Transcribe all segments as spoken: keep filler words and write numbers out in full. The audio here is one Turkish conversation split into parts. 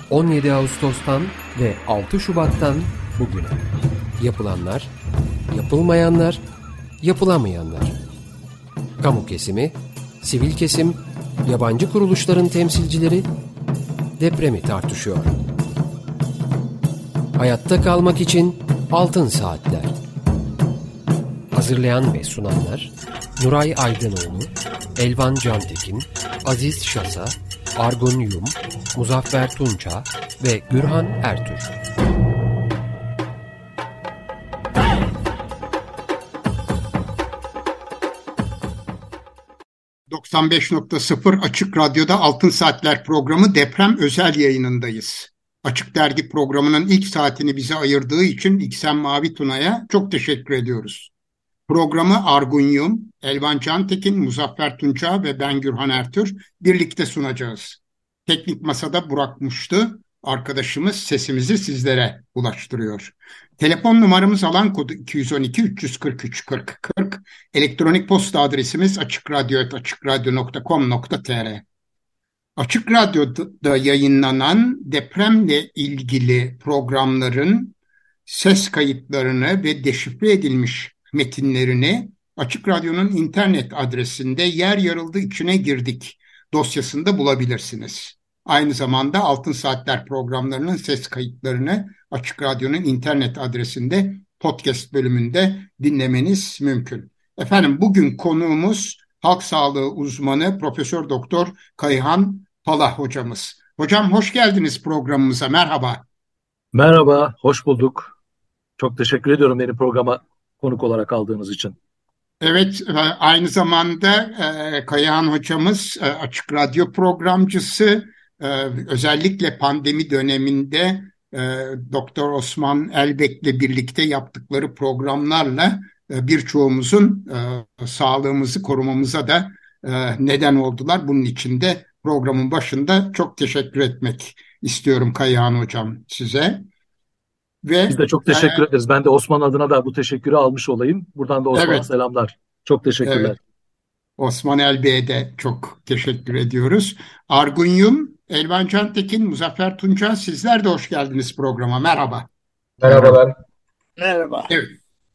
on yedi Ağustos'tan ve altı Şubat'tan bugüne. Yapılanlar, yapılmayanlar, yapılamayanlar. Kamu kesimi, sivil kesim, yabancı kuruluşların temsilcileri depremi tartışıyor. Hayatta kalmak için Altın Saatler. Hazırlayan ve sunanlar Nuray Aydınoğlu, Elvan Cantekin, Aziz Şasa, Argun Yum, Muzaffer Tunça ve Gürhan Ertür. doksan beş nokta sıfır Açık Radyo'da Altın Saatler programı deprem özel yayınındayız. Açık Dergi programının ilk saatini bize ayırdığı için İksen Mavi Tuna'ya çok teşekkür ediyoruz. Programı Argun Yum, Elvan Cantekin, Muzaffer Tunça ve ben Gürhan Ertür birlikte sunacağız. Teknik Masada Burak Muştu, arkadaşımız sesimizi sizlere ulaştırıyor. Telefon numaramız alan kodu iki yüz on iki üç yüz kırk üç kırk kırk. Elektronik posta adresimiz açıkradyo at açıkradyo nokta com nokta tr. Açık Radyo'da yayınlanan depremle ilgili programların ses kayıtlarını ve deşifre edilmiş metinlerini Açık Radyo'nun internet adresinde Yer Yarıldı İçine Girdik dosyasında bulabilirsiniz. Aynı zamanda Altın Saatler programlarının ses kayıtlarını Açık Radyo'nun internet adresinde podcast bölümünde dinlemeniz mümkün. Efendim bugün konuğumuz halk sağlığı uzmanı Profesör Doktor Kayhan Pala hocamız. Hocam hoş geldiniz programımıza. Merhaba. Merhaba, hoş bulduk. Çok teşekkür ediyorum beni programa konuk olarak aldığınız için. Evet, aynı zamanda e, Kayahan hocamız e, Açık Radyo programcısı. E, özellikle pandemi döneminde e, Doktor Osman Elbek'le birlikte yaptıkları programlarla e, birçoğumuzun e, sağlığımızı korumamıza da e, neden oldular. Bunun için de programın başında çok teşekkür etmek istiyorum Kayahan hocam size. Ve, Biz de çok teşekkür e, ederiz. Ben de Osman adına da bu teşekkürü almış olayım. Buradan da Osman'a evet, selamlar. Çok teşekkürler. Evet. Osman Elbey'e de çok teşekkür ediyoruz. Argun Yum, Elvan Cantekin, Muzaffer Tunca, sizler de hoş geldiniz programa. Merhaba. Merhabalar. Merhaba. Evet.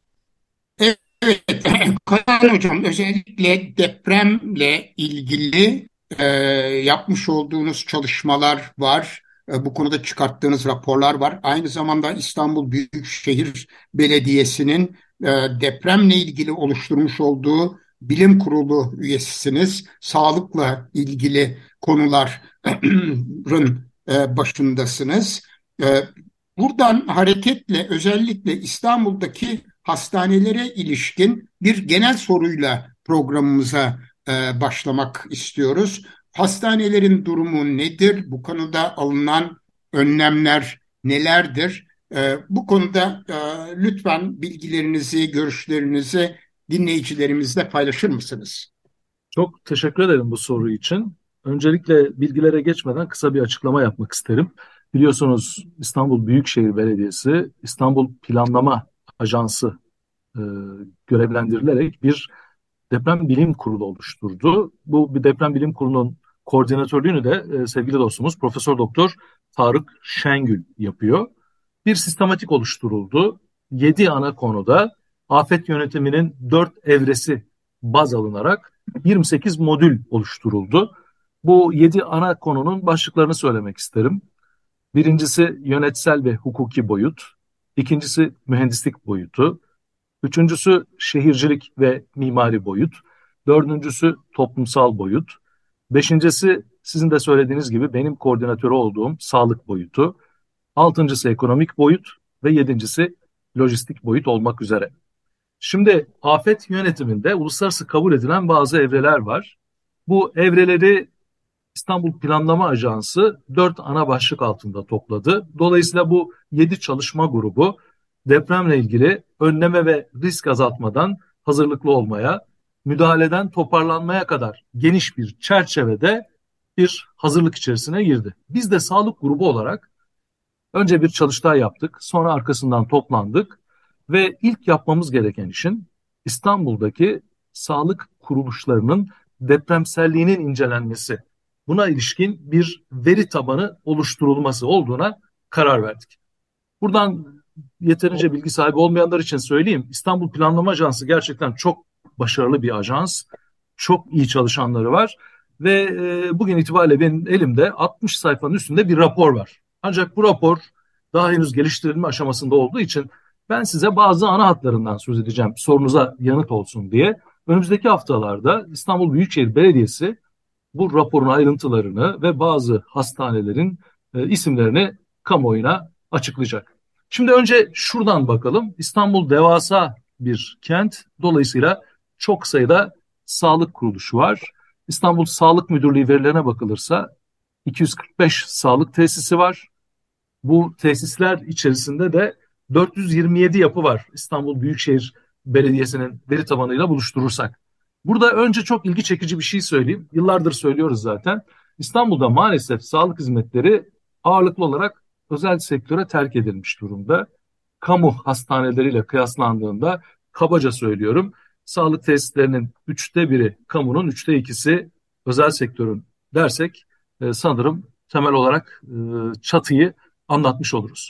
Evet, Kayan Hocam özellikle depremle ilgili e, yapmış olduğunuz çalışmalar var. E, bu konuda çıkarttığınız raporlar var. Aynı zamanda İstanbul Büyükşehir Belediyesi'nin e, depremle ilgili oluşturmuş olduğu bilim kurulu üyesisiniz. Sağlıkla ilgili konuların e, başındasınız. E, buradan hareketle özellikle İstanbul'daki hastanelere ilişkin bir genel soruyla programımıza e, başlamak istiyoruz. Hastanelerin durumu nedir? Bu konuda alınan önlemler nelerdir? E, bu konuda e, lütfen bilgilerinizi, görüşlerinizi dinleyicilerimizle paylaşır mısınız? Çok teşekkür ederim bu soru için. Öncelikle bilgilere geçmeden kısa bir açıklama yapmak isterim. Biliyorsunuz İstanbul Büyükşehir Belediyesi, İstanbul Planlama Ajansı e, görevlendirilerek bir deprem bilim kurulu oluşturdu. Bu bir deprem bilim kurulunun koordinatörlüğünü de e, sevgili dostumuz Profesör Doktor Tarık Şengül yapıyor. Bir sistematik oluşturuldu. Yedi ana konuda afet yönetiminin dört evresi baz alınarak yirmi sekiz modül oluşturuldu. Bu yedi ana konunun başlıklarını söylemek isterim. Birincisi yönetsel ve hukuki boyut. İkincisi mühendislik boyutu. Üçüncüsü şehircilik ve mimari boyut. Dördüncüsü toplumsal boyut. Beşincisi sizin de söylediğiniz gibi benim koordinatörü olduğum sağlık boyutu. Altıncısı ekonomik boyut ve yedincisi lojistik boyut olmak üzere. Şimdi afet yönetiminde uluslararası kabul edilen bazı evreler var. Bu evreleri İstanbul Planlama Ajansı dört ana başlık altında topladı. Dolayısıyla bu yedi çalışma grubu depremle ilgili önleme ve risk azaltmadan hazırlıklı olmaya, müdahaleden toparlanmaya kadar geniş bir çerçevede bir hazırlık içerisine girdi. Biz de sağlık grubu olarak önce bir çalıştay yaptık, sonra arkasından toplandık ve ilk yapmamız gereken işin İstanbul'daki sağlık kuruluşlarının depremselliğinin incelenmesi buna ilişkin bir veri tabanı oluşturulması olduğuna karar verdik. Buradan yeterince bilgi sahibi olmayanlar için söyleyeyim. İstanbul Planlama Ajansı gerçekten çok başarılı bir ajans. Çok iyi çalışanları var. Ve e, bugün itibariyle benim elimde altmış sayfanın üstünde bir rapor var. Ancak bu rapor daha henüz geliştirilme aşamasında olduğu için ben size bazı ana hatlarından söz edeceğim. Sorunuza yanıt olsun diye. Önümüzdeki haftalarda İstanbul Büyükşehir Belediyesi bu raporun ayrıntılarını ve bazı hastanelerin e, isimlerini kamuoyuna açıklayacak. Şimdi önce şuradan bakalım. İstanbul devasa bir kent. Dolayısıyla çok sayıda sağlık kuruluşu var. İstanbul Sağlık Müdürlüğü verilerine bakılırsa iki yüz kırk beş sağlık tesisi var. Bu tesisler içerisinde de dört yüz yirmi yedi yapı var İstanbul Büyükşehir Belediyesi'nin veri tabanıyla buluşturursak. Burada önce çok ilgi çekici bir şey söyleyeyim. Yıllardır söylüyoruz zaten. İstanbul'da maalesef sağlık hizmetleri ağırlıklı olarak özel sektöre terk edilmiş durumda. Kamu hastaneleriyle kıyaslandığında kabaca söylüyorum. Sağlık tesislerinin üçte biri kamunun, üçte ikisi özel sektörün dersek e, sanırım temel olarak e, çatıyı anlatmış oluruz.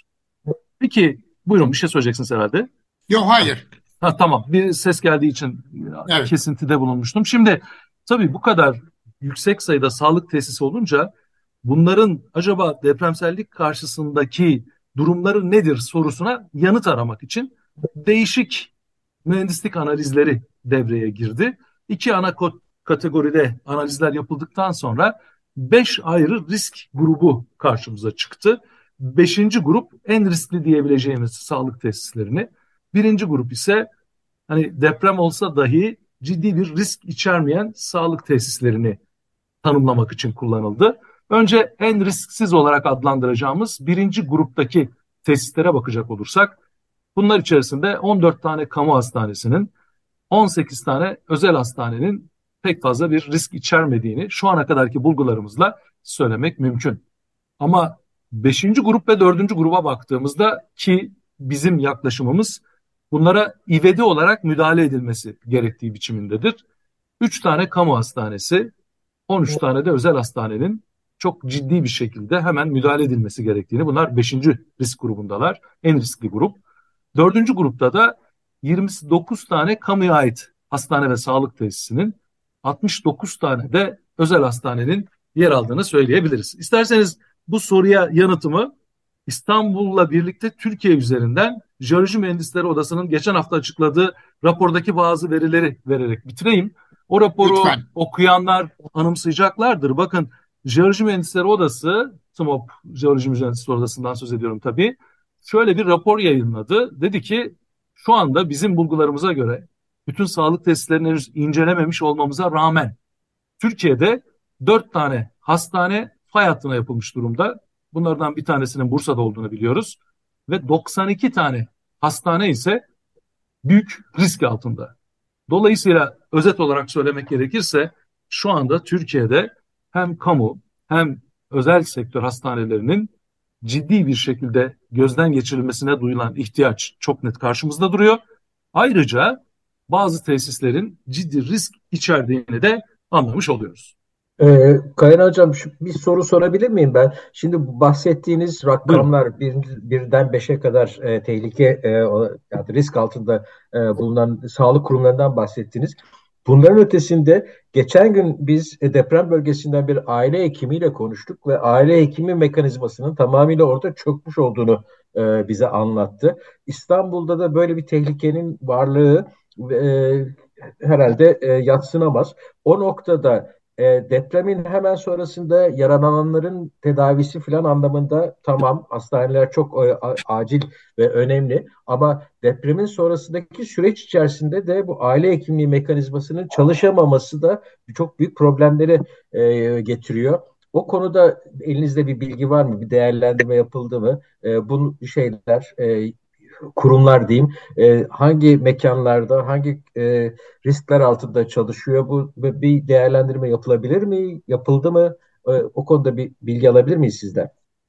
Peki buyurun, bir şey söyleyeceksiniz herhalde. Yok, hayır. Ha, tamam, bir ses geldiği için Evet. kesintide bulunmuştum. Şimdi tabii bu kadar yüksek sayıda sağlık tesisi olunca bunların acaba depremsellik karşısındaki durumları nedir sorusuna yanıt aramak için değişik mühendislik analizleri devreye girdi. İki ana kategoride analizler yapıldıktan sonra beş ayrı risk grubu karşımıza çıktı. Beşinci grup en riskli diyebileceğimiz sağlık tesislerini. Birinci grup ise hani deprem olsa dahi ciddi bir risk içermeyen sağlık tesislerini tanımlamak için kullanıldı. Önce en risksiz olarak adlandıracağımız birinci gruptaki tesislere bakacak olursak, bunlar içerisinde on dört tane kamu hastanesinin, on sekiz tane özel hastanenin pek fazla bir risk içermediğini şu ana kadarki bulgularımızla söylemek mümkün. Ama beşinci grup ve dördüncü gruba baktığımızda, ki bizim yaklaşımımız bunlara ivedi olarak müdahale edilmesi gerektiği biçimindedir. üç tane kamu hastanesi, on üç tane de özel hastanenin çok ciddi bir şekilde hemen müdahale edilmesi gerektiğini, bunlar beşinci risk grubundalar, en riskli grup. Dördüncü grupta da yirmi dokuz tane kamuya ait hastane ve sağlık tesisinin, altmış dokuz tane de özel hastanenin yer aldığını söyleyebiliriz. İsterseniz bu soruya yanıtımı İstanbul'la birlikte Türkiye üzerinden Jeoloji Mühendisleri Odası'nın geçen hafta açıkladığı rapordaki bazı verileri vererek bitireyim. O raporu Lütfen. okuyanlar anımsayacaklardır. Bakın, Jeoloji Mühendisleri Odası, T M O P Jeoloji Mühendisleri Odası'ndan söz ediyorum tabii, şöyle bir rapor yayınladı. Dedi ki şu anda bizim bulgularımıza göre bütün sağlık tesislerini henüz incelememiş olmamıza rağmen Türkiye'de dört tane hastane fay hattına yapılmış durumda. Bunlardan bir tanesinin Bursa'da olduğunu biliyoruz. Ve doksan iki tane hastane ise büyük risk altında. Dolayısıyla özet olarak söylemek gerekirse şu anda Türkiye'de hem kamu hem özel sektör hastanelerinin ciddi bir şekilde gözden geçirilmesine duyulan ihtiyaç çok net karşımızda duruyor. Ayrıca bazı tesislerin ciddi risk içerdiğini de anlamış oluyoruz. Ee, Kayın Hocam, şu, bir soru sorabilir miyim ben? Şimdi bu bahsettiğiniz rakamlar bir, birden beşe kadar e, tehlike e, yani risk altında e, bulunan sağlık kurumlarından bahsettiniz. Bunların ötesinde geçen gün biz e, deprem bölgesinden bir aile hekimiyle konuştuk ve aile hekimi mekanizmasının tamamıyla orada çökmüş olduğunu e, bize anlattı. İstanbul'da da böyle bir tehlikenin varlığı e, herhalde e, yadsınamaz. O noktada E, depremin hemen sonrasında yaralananların tedavisi falan anlamında tamam, hastaneler çok e, a- acil ve önemli, ama depremin sonrasındaki süreç içerisinde de bu aile hekimliği mekanizmasının çalışamaması da çok büyük problemleri e, getiriyor. O konuda elinizde bir bilgi var mı? Bir değerlendirme yapıldı mı? E, bu şeyler e, kurumlar diyeyim, e, hangi mekanlarda, hangi e, riskler altında çalışıyor, bu bir değerlendirme yapılabilir mi, yapıldı mı? E, o konuda bir bilgi alabilir miyiz sizden?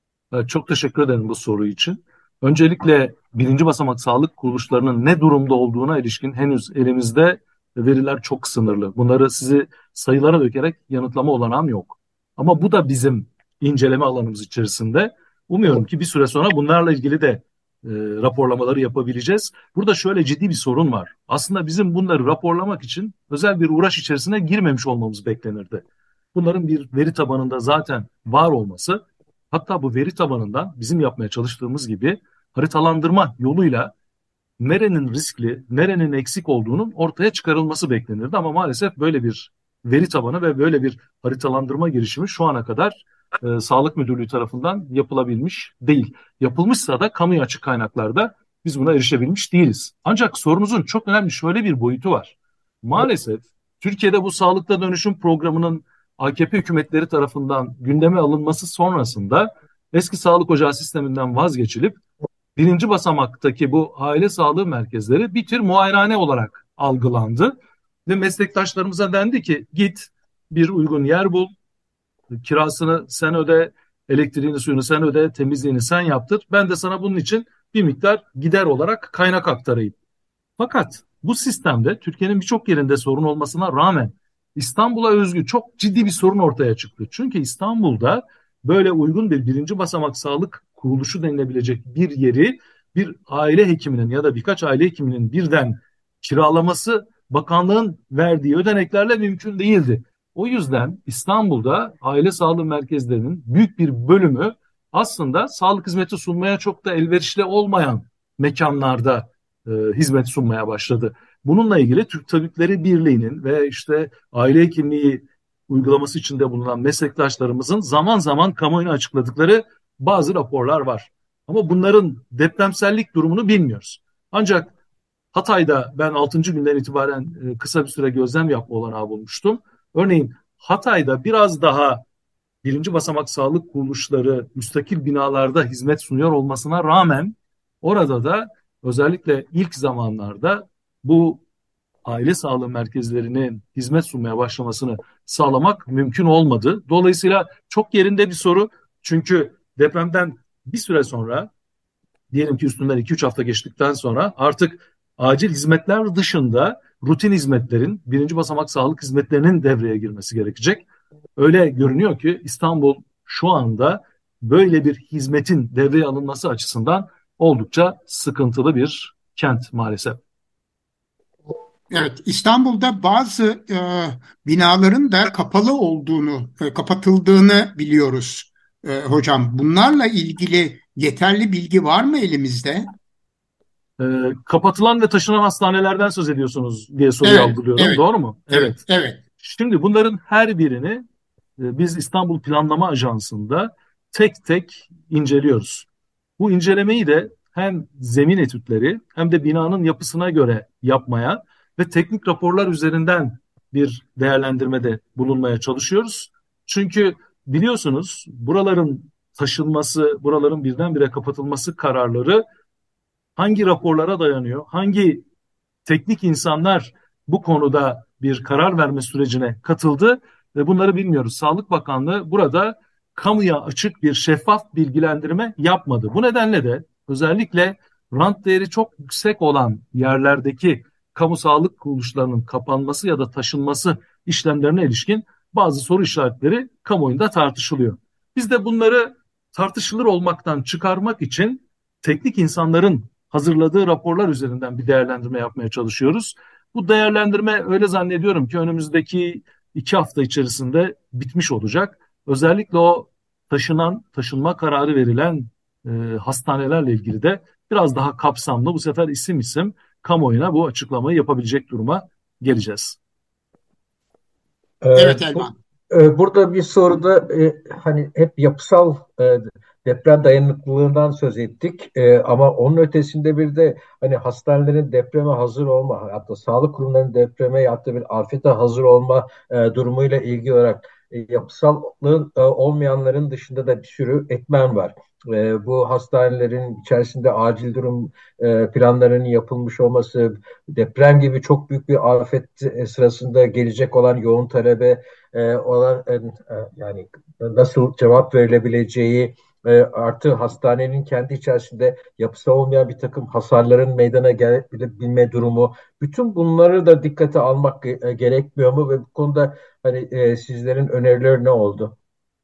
Çok teşekkür ederim bu soru için. Öncelikle birinci basamak sağlık kuruluşlarının ne durumda olduğuna ilişkin henüz elimizde veriler çok sınırlı. Bunları sizi sayılara dökerek yanıtlama olanağım yok. Ama bu da bizim inceleme alanımız içerisinde. Umuyorum ki bir süre sonra bunlarla ilgili de e, raporlamaları yapabileceğiz. Burada şöyle ciddi bir sorun var. Aslında bizim bunları raporlamak için özel bir uğraş içerisine girmemiş olmamız beklenirdi. Bunların bir veri tabanında zaten var olması, hatta bu veri tabanından bizim yapmaya çalıştığımız gibi haritalandırma yoluyla nerenin riskli, nerenin eksik olduğunun ortaya çıkarılması beklenirdi. Ama maalesef böyle bir veri tabanı ve böyle bir haritalandırma girişimi şu ana kadar e, Sağlık Müdürlüğü tarafından yapılabilmiş değil. Yapılmışsa da kamuya açık kaynaklarda biz buna erişebilmiş değiliz. Ancak sorunuzun çok önemli şöyle bir boyutu var. Maalesef Türkiye'de bu sağlıkta dönüşüm programının A K P hükümetleri tarafından gündeme alınması sonrasında eski sağlık ocağı sisteminden vazgeçilip birinci basamaktaki bu aile sağlığı merkezleri bir tür muayenehane olarak algılandı. Ve meslektaşlarımıza dendi ki git bir uygun yer bul, kirasını sen öde, elektriğini suyunu sen öde, temizliğini sen yaptır. Ben de sana bunun için bir miktar gider olarak kaynak aktarayım. Fakat bu sistemde Türkiye'nin birçok yerinde sorun olmasına rağmen İstanbul'a özgü çok ciddi bir sorun ortaya çıktı. Çünkü İstanbul'da böyle uygun bir birinci basamak sağlık kuruluşu denilebilecek bir yeri bir aile hekiminin ya da birkaç aile hekiminin birden kiralaması bakanlığın verdiği ödeneklerle mümkün değildi. O yüzden İstanbul'da aile sağlığı merkezlerinin büyük bir bölümü aslında sağlık hizmeti sunmaya çok da elverişli olmayan mekanlarda e, hizmet sunmaya başladı. Bununla ilgili Türk Tabipleri Birliği'nin ve işte aile hekimliği uygulaması içinde bulunan meslektaşlarımızın zaman zaman kamuoyuna açıkladıkları bazı raporlar var. Ama bunların depremsellik durumunu bilmiyoruz. Ancak Hatay'da ben altıncı günden itibaren e, kısa bir süre gözlem yapma olanağı bulmuştum. Örneğin Hatay'da biraz daha birinci basamak sağlık kuruluşları müstakil binalarda hizmet sunuyor olmasına rağmen orada da özellikle ilk zamanlarda bu aile sağlığı merkezlerinin hizmet sunmaya başlamasını sağlamak mümkün olmadı. Dolayısıyla çok yerinde bir soru. Çünkü depremden bir süre sonra, diyelim ki üstünden iki üç hafta geçtikten sonra artık acil hizmetler dışında rutin hizmetlerin, birinci basamak sağlık hizmetlerinin devreye girmesi gerekecek. Öyle görünüyor ki İstanbul şu anda böyle bir hizmetin devreye alınması açısından oldukça sıkıntılı bir kent maalesef. Evet, İstanbul'da bazı e, binaların da kapalı olduğunu, e, kapatıldığını biliyoruz e, hocam. Bunlarla ilgili yeterli bilgi var mı elimizde? Ee, kapatılan ve taşınan hastanelerden söz ediyorsunuz diye soruyu Evet, algılıyorum. evet, Doğru mu? evet, Evet. evet. Şimdi bunların her birini e, biz İstanbul Planlama Ajansı'nda tek tek inceliyoruz. Bu incelemeyi de hem zemin etütleri hem de binanın yapısına göre yapmaya ve teknik raporlar üzerinden bir değerlendirmede bulunmaya çalışıyoruz. Çünkü biliyorsunuz buraların taşınması, buraların birdenbire kapatılması kararları hangi raporlara dayanıyor, hangi teknik insanlar bu konuda bir karar verme sürecine katıldı ve bunları bilmiyoruz. Sağlık Bakanlığı burada kamuya açık bir şeffaf bilgilendirme yapmadı. Bu nedenle de özellikle rant değeri çok yüksek olan yerlerdeki kamu sağlık kuruluşlarının kapanması ya da taşınması işlemlerine ilişkin bazı soru işaretleri kamuoyunda tartışılıyor. Biz de bunları tartışılır olmaktan çıkarmak için teknik insanların hazırladığı raporlar üzerinden bir değerlendirme yapmaya çalışıyoruz. Bu değerlendirme öyle zannediyorum ki önümüzdeki iki hafta içerisinde bitmiş olacak. Özellikle o taşınan, taşınma kararı verilen e, hastanelerle ilgili de biraz daha kapsamlı, bu sefer isim isim kamuoyuna bu açıklamayı yapabilecek duruma geleceğiz. Ee, Evet bu, Elvan. e, burada bir soruda e, hani hep yapısal e, deprem dayanıklılığından söz ettik. E, ama onun ötesinde bir de hani hastanelerin depreme hazır olma, hatta sağlık kurumlarının depreme hatta bir afete hazır olma e, durumuyla ilgili olarak e, yapısallığın e, olmayanların dışında da bir sürü etmen var. E, bu hastanelerin içerisinde acil durum e, planlarının yapılmış olması, deprem gibi çok büyük bir afet e, sırasında gelecek olan yoğun talebe e, olan e, yani nasıl cevap verilebileceği, e, artı hastanenin kendi içerisinde yapısı olmayan bir takım hasarların meydana gelebilme durumu, bütün bunları da dikkate almak e, gerekmiyor mu ve bu konuda hani e, sizlerin önerileri ne oldu?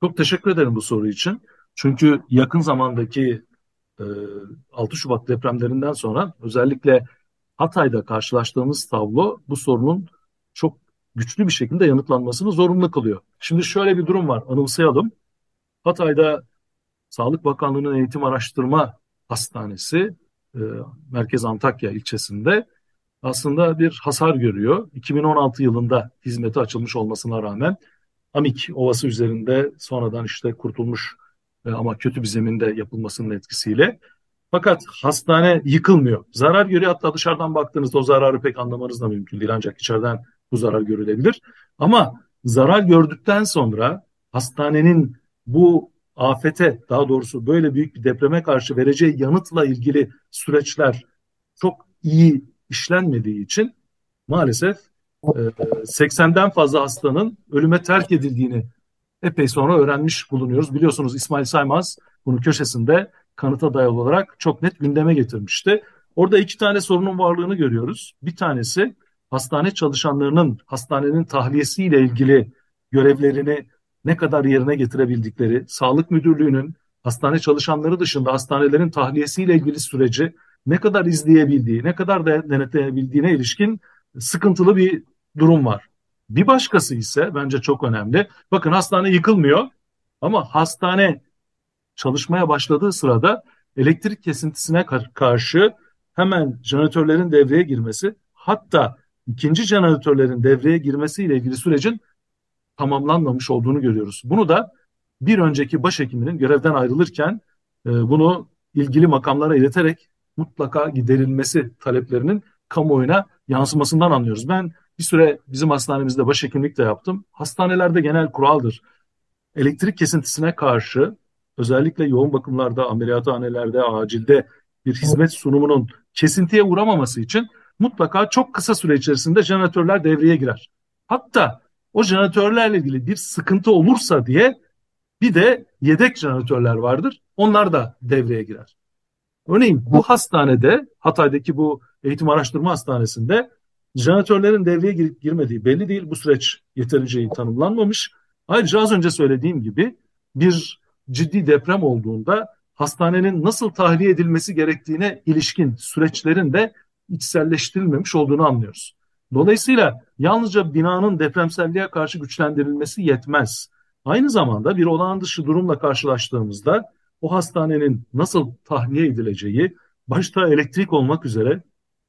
Çok teşekkür ederim bu soru için. Çünkü yakın zamandaki e, altı Şubat depremlerinden sonra özellikle Hatay'da karşılaştığımız tablo bu sorunun çok güçlü bir şekilde yanıtlanmasını zorunlu kılıyor. Şimdi şöyle bir durum var, anımsayalım. Hatay'da Sağlık Bakanlığı'nın Eğitim Araştırma Hastanesi, e, Merkez Antakya ilçesinde aslında bir hasar görüyor. iki bin on altı yılında hizmete açılmış olmasına rağmen Amik Ovası üzerinde sonradan işte kurtulmuş e, ama kötü bir zeminde yapılmasının etkisiyle. Fakat hastane yıkılmıyor. Zarar görüyor, hatta dışarıdan baktığınızda o zararı pek anlamanız da mümkün değil. Ancak içeriden bu zarar görülebilir. Ama zarar gördükten sonra hastanenin bu afete, daha doğrusu böyle büyük bir depreme karşı vereceği yanıtla ilgili süreçler çok iyi işlenmediği için maalesef e, seksenden fazla hastanın ölüme terk edildiğini epey sonra öğrenmiş bulunuyoruz. Biliyorsunuz İsmail Saymaz bunu köşesinde kanıta dayalı olarak çok net gündeme getirmişti. Orada iki tane sorunun varlığını görüyoruz. Bir tanesi hastane çalışanlarının hastanenin tahliyesiyle ilgili görevlerini ne kadar yerine getirebildikleri, sağlık müdürlüğünün hastane çalışanları dışında hastanelerin tahliyesiyle ilgili süreci ne kadar izleyebildiği, ne kadar denetleyebildiğine ilişkin sıkıntılı bir durum var. Bir başkası ise bence çok önemli. Bakın hastane yıkılmıyor ama hastane çalışmaya başladığı sırada elektrik kesintisine karşı hemen jeneratörlerin devreye girmesi, hatta ikinci jeneratörlerin devreye girmesiyle ilgili sürecin tamamlanmamış olduğunu görüyoruz. Bunu da bir önceki başhekiminin görevden ayrılırken e, bunu ilgili makamlara ileterek mutlaka giderilmesi taleplerinin kamuoyuna yansımasından anlıyoruz. Ben bir süre bizim hastanemizde başhekimlik de yaptım. Hastanelerde genel kuraldır. Elektrik kesintisine karşı özellikle yoğun bakımlarda, ameliyathanelerde, acilde bir hizmet sunumunun kesintiye uğramaması için mutlaka çok kısa süre içerisinde jeneratörler devreye girer. Hatta o jeneratörlerle ilgili bir sıkıntı olursa diye bir de yedek jeneratörler vardır. Onlar da devreye girer. Örneğin bu hastanede, Hatay'daki bu eğitim araştırma hastanesinde jeneratörlerin devreye girip girmediği belli değil. Bu süreç yeterince iyi tanımlanmamış. Ayrıca az önce söylediğim gibi bir ciddi deprem olduğunda hastanenin nasıl tahliye edilmesi gerektiğine ilişkin süreçlerin de içselleştirilmemiş olduğunu anlıyoruz. Dolayısıyla yalnızca binanın depremselliğe karşı güçlendirilmesi yetmez. Aynı zamanda bir olağan dışı durumla karşılaştığımızda o hastanenin nasıl tahliye edileceği, başta elektrik olmak üzere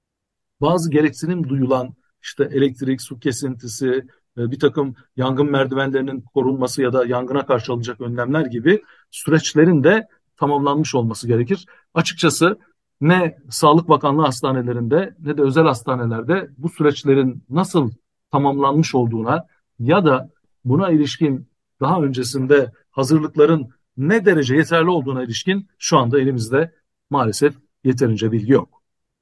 bazı gereksinim duyulan işte elektrik, su kesintisi, bir takım yangın merdivenlerinin korunması ya da yangına karşı alınacak önlemler gibi süreçlerin de tamamlanmış olması gerekir. Açıkçası ne Sağlık Bakanlığı hastanelerinde ne de özel hastanelerde bu süreçlerin nasıl tamamlanmış olduğuna ya da buna ilişkin daha öncesinde hazırlıkların ne derece yeterli olduğuna ilişkin şu anda elimizde maalesef yeterince bilgi yok.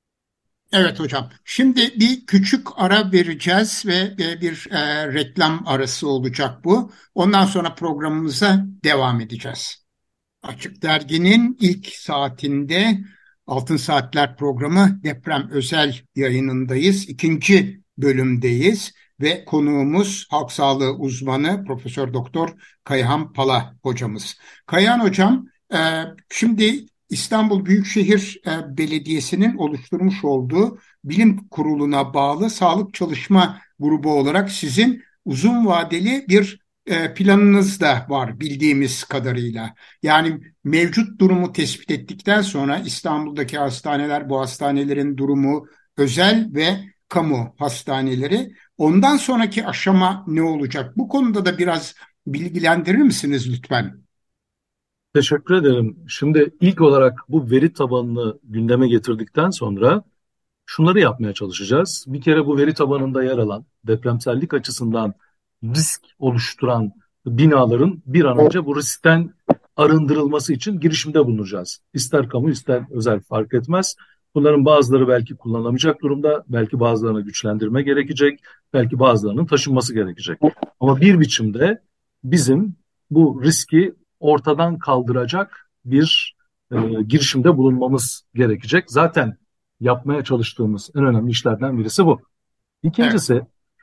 Evet hocam. Şimdi bir küçük ara vereceğiz ve bir e, reklam arası olacak bu. Ondan sonra programımıza devam edeceğiz. Açık Dergi'nin ilk saatinde Altın Saatler programı deprem özel yayınındayız. İkinci bölümdeyiz ve konuğumuz halk sağlığı uzmanı Profesör Doktor Kayahan Pala hocamız. Kayahan hocam, e, şimdi İstanbul Büyükşehir e, Belediyesi'nin oluşturmuş olduğu bilim kuruluna bağlı sağlık çalışma grubu olarak sizin uzun vadeli bir e, planınız da var bildiğimiz kadarıyla. Yani mevcut durumu tespit ettikten sonra İstanbul'daki hastaneler, bu hastanelerin durumu, özel ve kamu hastaneleri, ondan sonraki aşama ne olacak? Bu konuda da biraz bilgilendirir misiniz lütfen? Teşekkür ederim. Şimdi ilk olarak bu veri tabanını gündeme getirdikten sonra şunları yapmaya çalışacağız. Bir kere bu veri tabanında yer alan depremsellik açısından risk oluşturan binaların bir an önce bu riskten arındırılması için girişimde bulunacağız. İster kamu ister özel fark etmez. Bunların bazıları belki kullanılamayacak durumda, belki bazılarına güçlendirme gerekecek, belki bazılarının taşınması gerekecek. Ama bir biçimde bizim bu riski ortadan kaldıracak bir e, girişimde bulunmamız gerekecek. Zaten yapmaya çalıştığımız en önemli işlerden birisi bu. İkincisi, evet.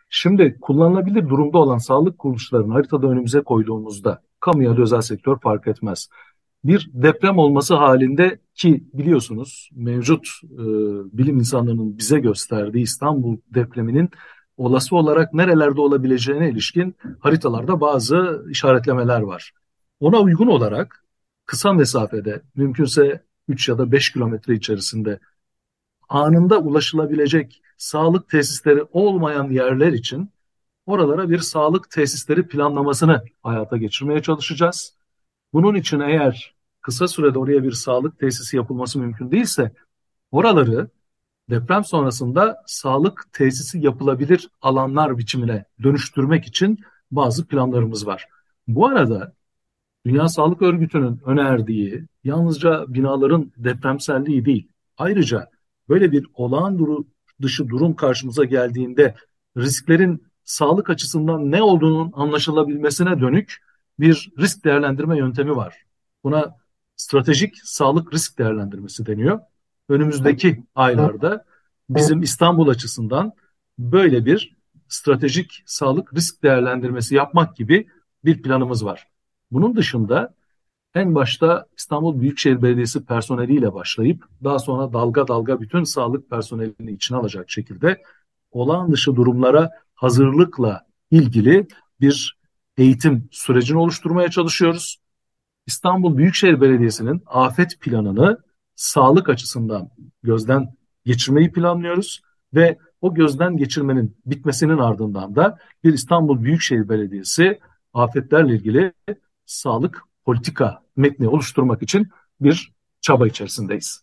Şimdi kullanılabilir durumda olan sağlık kuruluşlarını haritada önümüze koyduğumuzda kamu ya da özel sektör fark etmez. Bir deprem olması halinde ki biliyorsunuz mevcut e, bilim insanlarının bize gösterdiği İstanbul depreminin olası olarak nerelerde olabileceğine ilişkin haritalarda bazı işaretlemeler var. Ona uygun olarak kısa mesafede mümkünse üç ya da beş kilometre içerisinde anında ulaşılabilecek sağlık tesisleri olmayan yerler için oralara bir sağlık tesisleri planlamasını hayata geçirmeye çalışacağız. Bunun için eğer kısa sürede oraya bir sağlık tesisi yapılması mümkün değilse oraları deprem sonrasında sağlık tesisi yapılabilir alanlar biçimine dönüştürmek için bazı planlarımız var. Bu arada Dünya Sağlık Örgütü'nün önerdiği yalnızca binaların depremselliği değil, ayrıca böyle bir olağan dışı durum karşımıza geldiğinde risklerin sağlık açısından ne olduğunun anlaşılabilmesine dönük bir risk değerlendirme yöntemi var. Buna stratejik sağlık risk değerlendirmesi deniyor. Önümüzdeki aylarda bizim İstanbul açısından böyle bir stratejik sağlık risk değerlendirmesi yapmak gibi bir planımız var. Bunun dışında en başta İstanbul Büyükşehir Belediyesi personeliyle başlayıp daha sonra dalga dalga bütün sağlık personelini içine alacak şekilde olağan dışı durumlara hazırlıkla ilgili bir eğitim sürecini oluşturmaya çalışıyoruz. İstanbul Büyükşehir Belediyesi'nin afet planını sağlık açısından gözden geçirmeyi planlıyoruz ve o gözden geçirmenin bitmesinin ardından da bir İstanbul Büyükşehir Belediyesi afetlerle ilgili sağlık politika metni oluşturmak için bir çaba içerisindeyiz.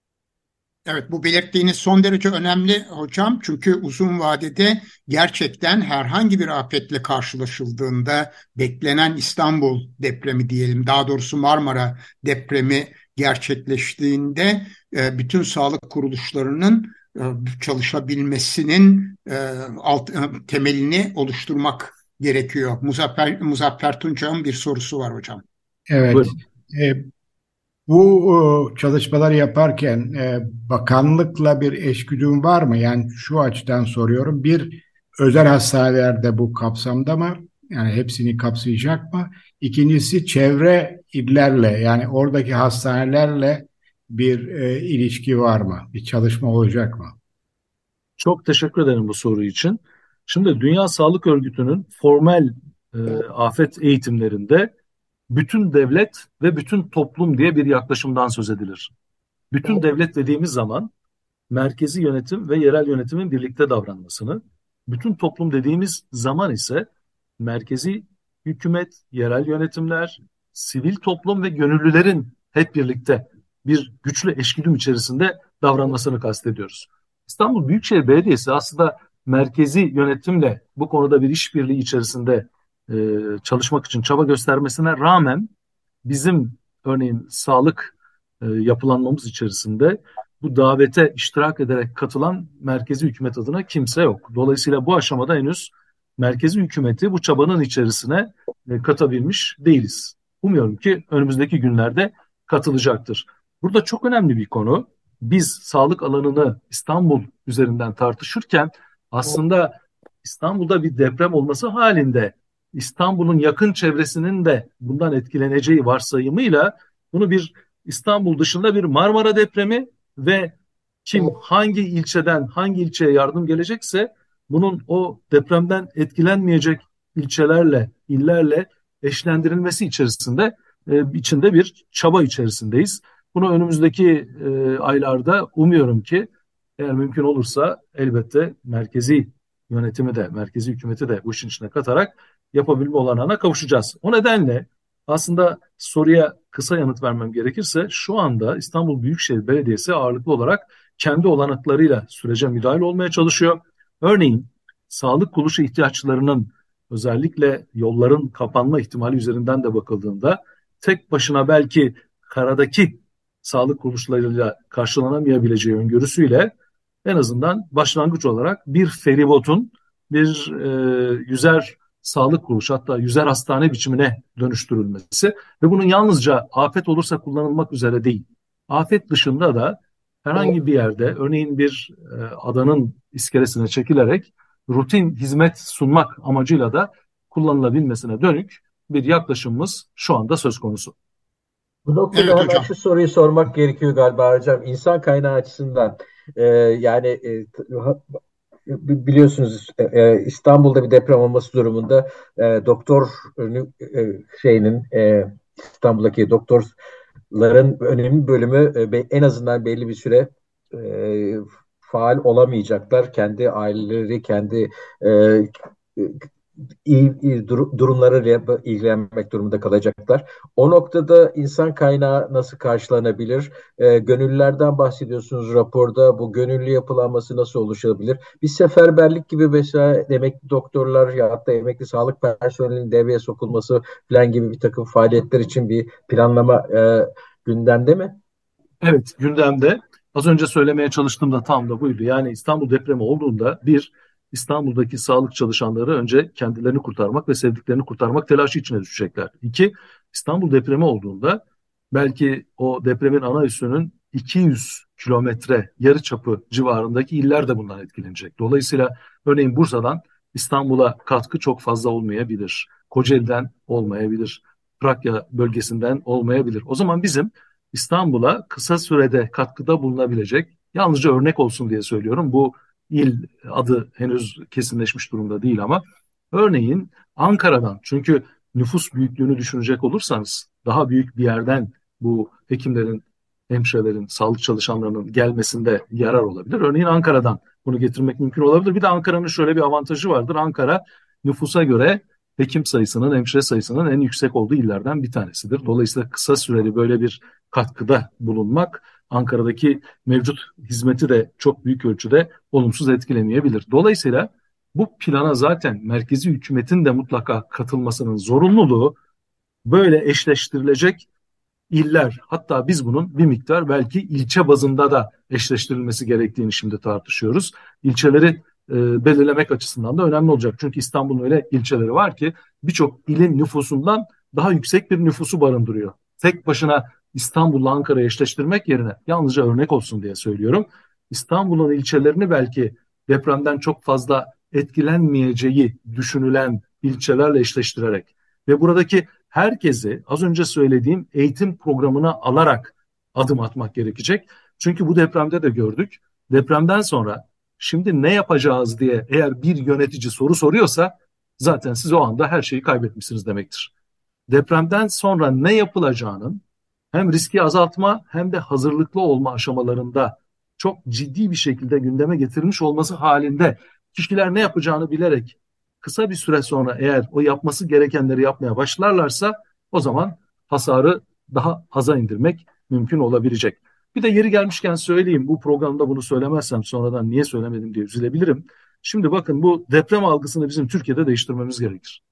Evet, bu belirttiğiniz son derece önemli hocam. Çünkü uzun vadede gerçekten herhangi bir afetle karşılaşıldığında beklenen İstanbul depremi diyelim, daha doğrusu Marmara depremi gerçekleştiğinde e, bütün sağlık kuruluşlarının e, çalışabilmesinin e, alt, e, temelini oluşturmak gerekiyor. Muzaffer, Muzaffer Tuncay'ın bir sorusu var hocam. Evet. E, Bu e, çalışmaları yaparken e, bakanlıkla bir eşgüdüm var mı? Yani şu açıdan soruyorum. Bir, özel hastanelerde bu kapsamda mı? Yani hepsini kapsayacak mı? İkincisi, çevre illerle, yani oradaki hastanelerle bir e, ilişki var mı? Bir çalışma olacak mı? Çok teşekkür ederim bu soru için. Şimdi Dünya Sağlık Örgütü'nün formel e, afet eğitimlerinde bütün devlet ve bütün toplum diye bir yaklaşımdan söz edilir. Bütün devlet dediğimiz zaman merkezi yönetim ve yerel yönetimin birlikte davranmasını, bütün toplum dediğimiz zaman ise merkezi hükümet, yerel yönetimler, sivil toplum ve gönüllülerin hep birlikte bir güçlü eşgüdüm içerisinde davranmasını kastediyoruz. İstanbul Büyükşehir Belediyesi aslında merkezi yönetimle bu konuda bir işbirliği içerisinde e, çalışmak için çaba göstermesine rağmen bizim örneğin sağlık e, yapılanmamız içerisinde bu davete iştirak ederek katılan merkezi hükümet adına kimse yok. Dolayısıyla bu aşamada henüz merkezi hükümeti bu çabanın içerisine e, katabilmiş değiliz. Umuyorum ki önümüzdeki günlerde katılacaktır. Burada çok önemli bir konu. Biz sağlık alanını İstanbul üzerinden tartışırken aslında İstanbul'da bir deprem olması halinde İstanbul'un yakın çevresinin de bundan etkileneceği varsayımıyla bunu bir İstanbul dışında bir Marmara depremi ve kim hangi ilçeden hangi ilçeye yardım gelecekse bunun o depremden etkilenmeyecek ilçelerle, illerle eşlendirilmesi içerisinde e, içinde bir çaba içerisindeyiz. Bunu önümüzdeki e, aylarda umuyorum ki eğer mümkün olursa elbette merkezi yönetimi de, merkezi hükümeti de bu işin içine katarak yapabilme olanağına kavuşacağız. O nedenle aslında soruya kısa yanıt vermem gerekirse şu anda İstanbul Büyükşehir Belediyesi ağırlıklı olarak kendi olanaklarıyla sürece müdahil olmaya çalışıyor. Örneğin sağlık kuruluşu ihtiyaçlarının özellikle yolların kapanma ihtimali üzerinden de bakıldığında tek başına belki karadaki sağlık kuruluşlarıyla karşılanamayabileceği öngörüsüyle en azından başlangıç olarak bir feribotun bir e, yüzer sağlık kuruluşu hatta yüzer hastane biçimine dönüştürülmesi ve bunun yalnızca afet olursa kullanılmak üzere değil. Afet dışında da herhangi bir yerde örneğin bir e, adanın iskelesine çekilerek rutin hizmet sunmak amacıyla da kullanılabilmesine dönük bir yaklaşımımız şu anda söz konusu. Bu noktada Evet hemen hocam. şu soruyu sormak gerekiyor galiba hocam. İnsan kaynağı açısından e, yani e, biliyorsunuz e, e, İstanbul'da bir deprem olması durumunda e, doktor e, şeyinin e, İstanbul'daki doktorların önemli bölümü e, en azından belli bir süre e, faal olamayacaklar. Kendi aileleri, kendi e, iyi, iyi dur- durumlarıyla ilgilenmek durumunda kalacaklar. O noktada insan kaynağı nasıl karşılanabilir? E, gönüllülerden bahsediyorsunuz raporda. Bu gönüllü yapılanması nasıl oluşabilir? Bir seferberlik gibi mesela emekli doktorlar ya da emekli sağlık personelinin devreye sokulması falan gibi bir takım faaliyetler için bir planlama e, gündemde mi? Evet, gündemde. Az önce söylemeye çalıştığım da tam da buydu. Yani İstanbul depremi olduğunda bir, İstanbul'daki sağlık çalışanları önce kendilerini kurtarmak ve sevdiklerini kurtarmak telaşı içine düşecekler. İki, İstanbul depremi olduğunda belki o depremin ana üssünün iki yüz kilometre yarıçapı civarındaki iller de bundan etkilenecek. Dolayısıyla örneğin Bursa'dan İstanbul'a katkı çok fazla olmayabilir. Kocaeli'den olmayabilir. Trakya bölgesinden olmayabilir. O zaman bizim İstanbul'a kısa sürede katkıda bulunabilecek, yalnızca örnek olsun diye söylüyorum. Bu il adı henüz kesinleşmiş durumda değil ama örneğin Ankara'dan, çünkü nüfus büyüklüğünü düşünecek olursanız daha büyük bir yerden bu hekimlerin, hemşirelerin, sağlık çalışanlarının gelmesinde yarar olabilir. Örneğin Ankara'dan bunu getirmek mümkün olabilir. Bir de Ankara'nın şöyle bir avantajı vardır. Ankara nüfusa göre hekim sayısının, hemşire sayısının en yüksek olduğu illerden bir tanesidir. Dolayısıyla kısa süreli böyle bir katkıda bulunmak Ankara'daki mevcut hizmeti de çok büyük ölçüde olumsuz etkilemeyebilir. Dolayısıyla bu plana zaten merkezi hükümetin de mutlaka katılmasının zorunluluğu böyle eşleştirilecek iller, hatta biz bunun bir miktar belki ilçe bazında da eşleştirilmesi gerektiğini şimdi tartışıyoruz. İlçeleri e, belirlemek açısından da önemli olacak. Çünkü İstanbul'un öyle ilçeleri var ki birçok ilin nüfusundan daha yüksek bir nüfusu barındırıyor. Tek başına İstanbul'la Ankara'yı eşleştirmek yerine, yalnızca örnek olsun diye söylüyorum, İstanbul'un ilçelerini belki depremden çok fazla etkilenmeyeceği düşünülen ilçelerle eşleştirerek ve buradaki herkesi az önce söylediğim eğitim programına alarak adım atmak gerekecek. Çünkü bu depremde de gördük. Depremden sonra şimdi ne yapacağız diye eğer bir yönetici soru soruyorsa zaten siz o anda her şeyi kaybetmişsiniz demektir. Depremden sonra ne yapılacağının hem riski azaltma hem de hazırlıklı olma aşamalarında çok ciddi bir şekilde gündeme getirilmiş olması halinde kişiler ne yapacağını bilerek kısa bir süre sonra eğer o yapması gerekenleri yapmaya başlarlarsa o zaman hasarı daha aza indirmek mümkün olabilecek. Bir de yeri gelmişken söyleyeyim, bu programda bunu söylemezsem sonradan niye söylemedim diye üzülebilirim. Şimdi bakın, bu deprem algısını bizim Türkiye'de değiştirmemiz gerekir.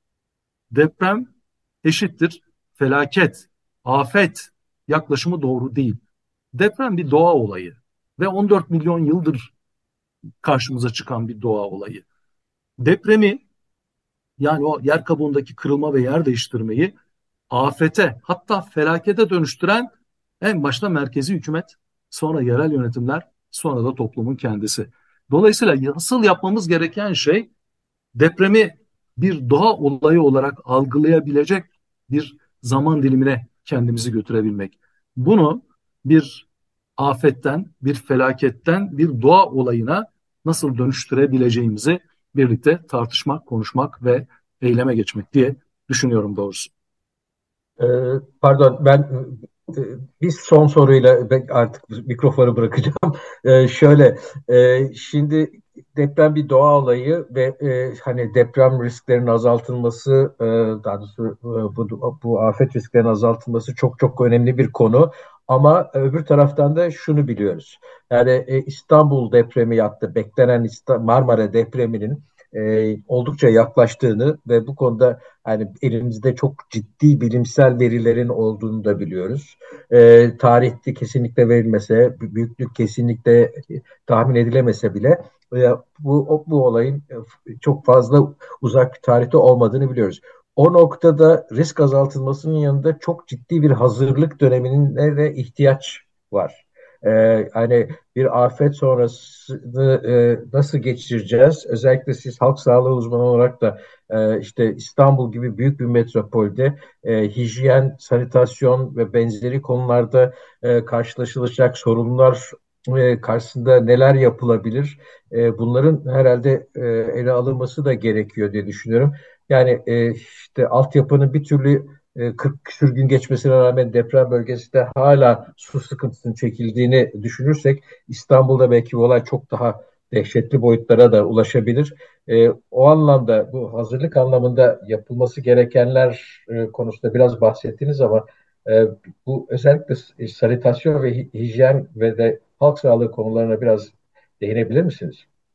Deprem eşittir felaket, afet yaklaşımı doğru değil. Deprem bir doğa olayı ve on dört milyon yıldır karşımıza çıkan bir doğa olayı. Depremi, yani o yer kabuğundaki kırılma ve yer değiştirmeyi afete, hatta felakete dönüştüren en başta merkezi hükümet, sonra yerel yönetimler, sonra da toplumun kendisi. Dolayısıyla asıl yapmamız gereken şey depremi bir doğa olayı olarak algılayabilecek bir zaman dilimine kendimizi götürebilmek. Bunu bir afetten, bir felaketten bir doğa olayına nasıl dönüştürebileceğimizi birlikte tartışmak, konuşmak ve eyleme geçmek diye düşünüyorum doğrusu. Ee, Pardon, ben e, bir son soruyla ben artık mikrofonu bırakacağım. Ee, şöyle, e, şimdi deprem bir doğa olayı ve e, hani deprem risklerinin azaltılması, e, daha doğrusu e, bu, bu afet risklerinin azaltılması çok çok önemli bir konu. Ama öbür taraftan da şunu biliyoruz. Yani e, İstanbul depremi yaptı, beklenen İsta- Marmara depreminin e, oldukça yaklaştığını ve bu konuda yani elimizde çok ciddi bilimsel verilerin olduğunu da biliyoruz. E, tarihte kesinlikle verilmese, büyüklük kesinlikle tahmin edilemese bile e, bu bu olayın e, çok fazla uzak tarihte olmadığını biliyoruz. O noktada risk azaltılmasının yanında çok ciddi bir hazırlık dönemine de ihtiyaç var. E, hani bir afet sonrasını e, nasıl geçireceğiz? Özellikle siz halk sağlığı uzmanı olarak da e, işte İstanbul gibi büyük bir metropolde e, hijyen, sanitasyon ve benzeri konularda e, karşılaşılacak sorunlar e, karşısında neler yapılabilir? E, bunların herhalde e, ele alınması da gerekiyor diye düşünüyorum. Yani e, işte altyapının bir türlü e, kırk küsur gün geçmesine rağmen deprem bölgesinde hala su sıkıntısının çekildiğini düşünürsek İstanbul'da belki bu olay çok daha dehşetli boyutlara da ulaşabilir. E, o anlamda bu hazırlık anlamında yapılması gerekenler e, konusunda biraz bahsettiniz ama e, bu özellikle s- sanitasyon ve hi- hijyen ve de halk sağlığı konularına biraz değinebilir misiniz?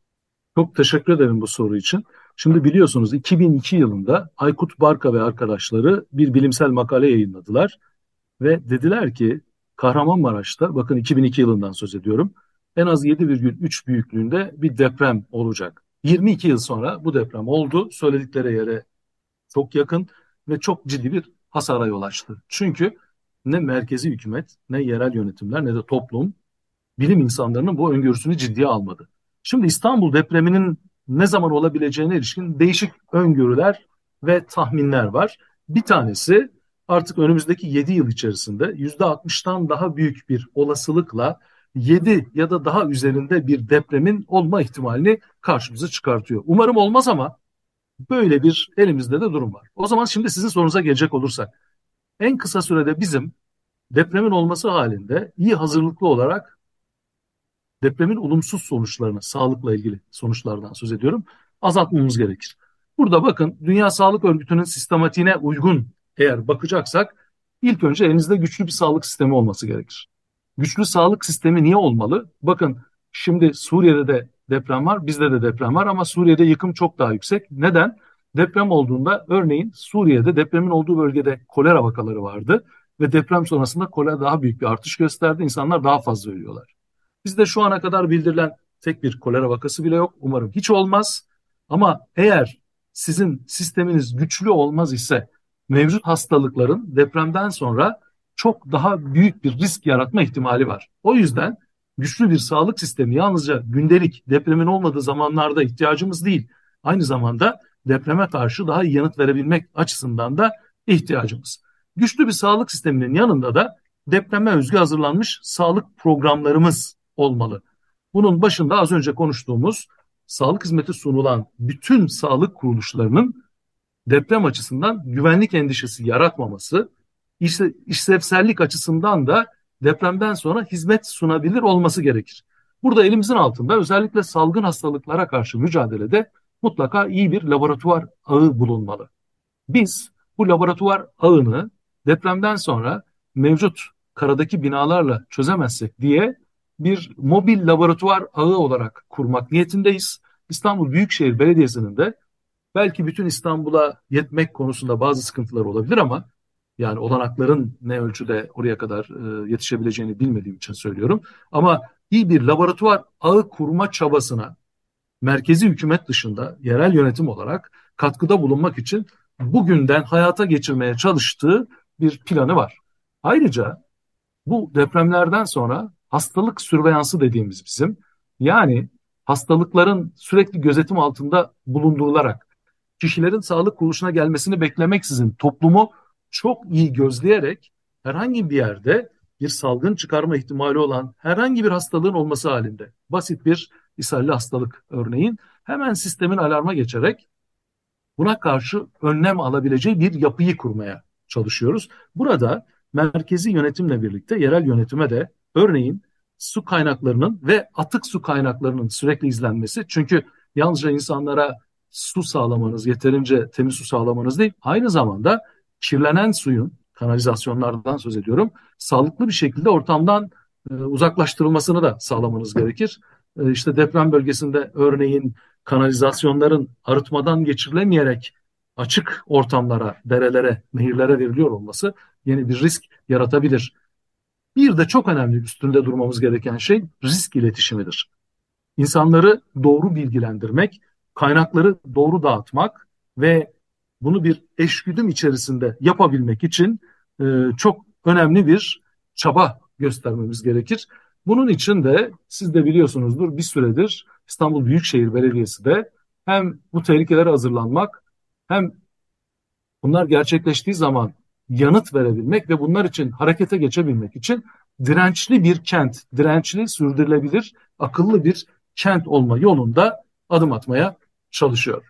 Çok teşekkür ederim bu soru için. Şimdi biliyorsunuz iki bin iki yılında Aykut Barka ve arkadaşları bir bilimsel makale yayınladılar ve dediler ki Kahramanmaraş'ta, bakın iki bin iki yılından söz ediyorum, en az yedi virgül üç büyüklüğünde bir deprem olacak. yirmi iki yıl sonra bu deprem oldu. Söyledikleri yere çok yakın ve çok ciddi bir hasara yol açtı. Çünkü ne merkezi hükümet, ne yerel yönetimler, ne de toplum, bilim insanlarının bu öngörüsünü ciddiye almadı. Şimdi İstanbul depreminin ne zaman olabileceğine ilişkin değişik öngörüler ve tahminler var. Bir tanesi, artık önümüzdeki yedi yıl içerisinde yüzde altmıştan daha büyük bir olasılıkla yedi ya da daha üzerinde bir depremin olma ihtimalini karşımıza çıkartıyor. Umarım olmaz ama böyle bir elimizde de durum var. O zaman şimdi sizin sorunuza gelecek olursak, en kısa sürede bizim depremin olması halinde iyi hazırlıklı olarak depremin olumsuz sonuçlarını, sağlıkla ilgili sonuçlardan söz ediyorum, azaltmamız gerekir. Burada bakın, Dünya Sağlık Örgütü'nün sistematiğine uygun eğer bakacaksak, ilk önce elinizde güçlü bir sağlık sistemi olması gerekir. Güçlü sağlık sistemi niye olmalı? Bakın, şimdi Suriye'de de deprem var, bizde de deprem var ama Suriye'de yıkım çok daha yüksek. Neden? Deprem olduğunda, örneğin Suriye'de depremin olduğu bölgede kolera vakaları vardı ve deprem sonrasında kolera daha büyük bir artış gösterdi. İnsanlar daha fazla ölüyorlar. Bizde şu ana kadar bildirilen tek bir kolera vakası bile yok. Umarım hiç olmaz. Ama eğer sizin sisteminiz güçlü olmaz ise mevcut hastalıkların depremden sonra çok daha büyük bir risk yaratma ihtimali var. O yüzden güçlü bir sağlık sistemi yalnızca gündelik depremin olmadığı zamanlarda ihtiyacımız değil. Aynı zamanda depreme karşı daha iyi yanıt verebilmek açısından da ihtiyacımız. Güçlü bir sağlık sisteminin yanında da depreme özgü hazırlanmış sağlık programlarımız olmalı. Bunun başında az önce konuştuğumuz sağlık hizmeti sunulan bütün sağlık kuruluşlarının deprem açısından güvenlik endişesi yaratmaması, işte işlevsellik açısından da depremden sonra hizmet sunabilir olması gerekir. Burada elimizin altında özellikle salgın hastalıklara karşı mücadelede mutlaka iyi bir laboratuvar ağı bulunmalı. Biz bu laboratuvar ağını depremden sonra mevcut karadaki binalarla çözemezsek diye bir mobil laboratuvar ağı olarak kurmak niyetindeyiz. İstanbul Büyükşehir Belediyesi'nin de belki bütün İstanbul'a yetmek konusunda bazı sıkıntılar olabilir ama yani olanakların ne ölçüde oraya kadar e, yetişebileceğini bilmediğim için söylüyorum. Ama iyi bir laboratuvar ağı kurma çabasına merkezi hükümet dışında yerel yönetim olarak katkıda bulunmak için bugünden hayata geçirmeye çalıştığı bir planı var. Ayrıca bu depremlerden sonra hastalık sürveyansı dediğimiz bizim, yani hastalıkların sürekli gözetim altında bulundurularak kişilerin sağlık kuruluşuna gelmesini beklemeksizin toplumu çok iyi gözleyerek herhangi bir yerde bir salgın çıkarma ihtimali olan herhangi bir hastalığın olması halinde, basit bir ishalli hastalık örneğin, hemen sistemin alarma geçerek buna karşı önlem alabileceği bir yapıyı kurmaya çalışıyoruz. Burada merkezi yönetimle birlikte yerel yönetime de örneğin su kaynaklarının ve atık su kaynaklarının sürekli izlenmesi. Çünkü yalnızca insanlara su sağlamanız, yeterince temiz su sağlamanız değil, aynı zamanda kirlenen suyun, kanalizasyonlardan söz ediyorum, sağlıklı bir şekilde ortamdan e, uzaklaştırılmasını da sağlamanız gerekir. E, işte deprem bölgesinde örneğin kanalizasyonların arıtmadan geçirilemeyerek açık ortamlara, derelere, nehirlere veriliyor olması yeni bir risk yaratabilir. Bir de çok önemli üstünde durmamız gereken şey risk iletişimidir. İnsanları doğru bilgilendirmek, kaynakları doğru dağıtmak ve bunu bir eşgüdüm içerisinde yapabilmek için e, çok önemli bir çaba göstermemiz gerekir. Bunun için de siz de biliyorsunuzdur, bir süredir İstanbul Büyükşehir Belediyesi de hem bu tehlikelere hazırlanmak, hem bunlar gerçekleştiği zaman yanıt verebilmek ve bunlar için harekete geçebilmek için dirençli bir kent, dirençli, sürdürülebilir, akıllı bir kent olma yolunda adım atmaya çalışıyor.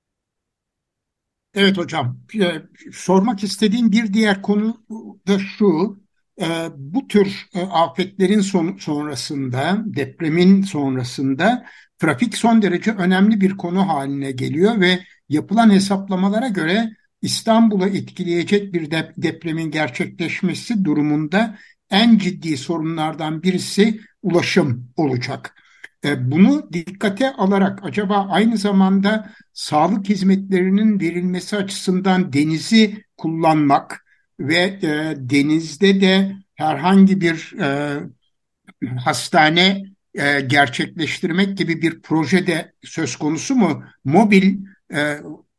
Evet hocam, e, sormak istediğim bir diğer konu da şu, e, bu tür e, afetlerin son, sonrasında, depremin sonrasında trafik son derece önemli bir konu haline geliyor ve yapılan hesaplamalara göre İstanbul'u etkileyecek bir de, depremin gerçekleşmesi durumunda en ciddi sorunlardan birisi ulaşım olacak. E, Bunu dikkate alarak acaba aynı zamanda sağlık hizmetlerinin verilmesi açısından denizi kullanmak ve e, denizde de herhangi bir e, hastane e, gerçekleştirmek gibi bir projede söz konusu mu? Mobil e,